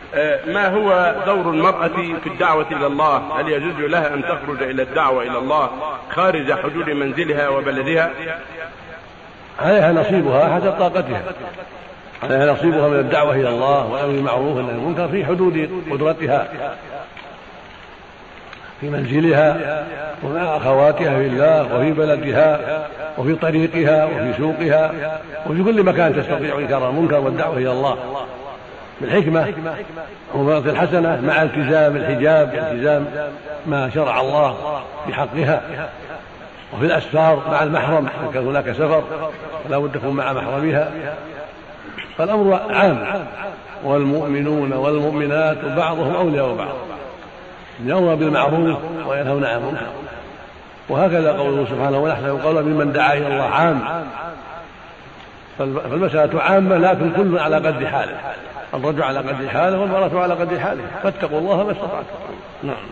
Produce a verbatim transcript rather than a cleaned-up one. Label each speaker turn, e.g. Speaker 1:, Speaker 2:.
Speaker 1: ما هو دور المرأة في الدعوة إلى الله؟ هل يجوز لها أن تخرج إلى الدعوة إلى الله خارج حدود منزلها وبلدها؟
Speaker 2: عليها نصيبها حسب طاقتها، عليها نصيبها من الدعوة إلى الله والأمر بالمعروف والنهي عن المنكر في حدود قدرتها في منزلها ومع أخواتها في الله وفي بلدها وفي طريقها وفي سوقها وفي كل مكان تستطيع إنكار المنكر والدعوة إلى الله بالحكمة والموعظة الحسنة مع التزام الحجاب والتزام ما شرع الله في حقها، وفي الأسفار مع المحرم إن كان هناك سفر فلا بد تكون مع محرمها. فالأمر عام، والمؤمنون والمؤمنات بعضهم أولياء بعض، يأمرون بالمعروف وينهون عن المنكر، وهكذا قوله سبحانه ونحن قولا ممن دعا إلى الله عام. فالمسألة عامة لكن كل على قدر حاله، الرجل على قدر حاله والمرأة على قدر حاله، فاتقوا الله ما استطعتم. نعم.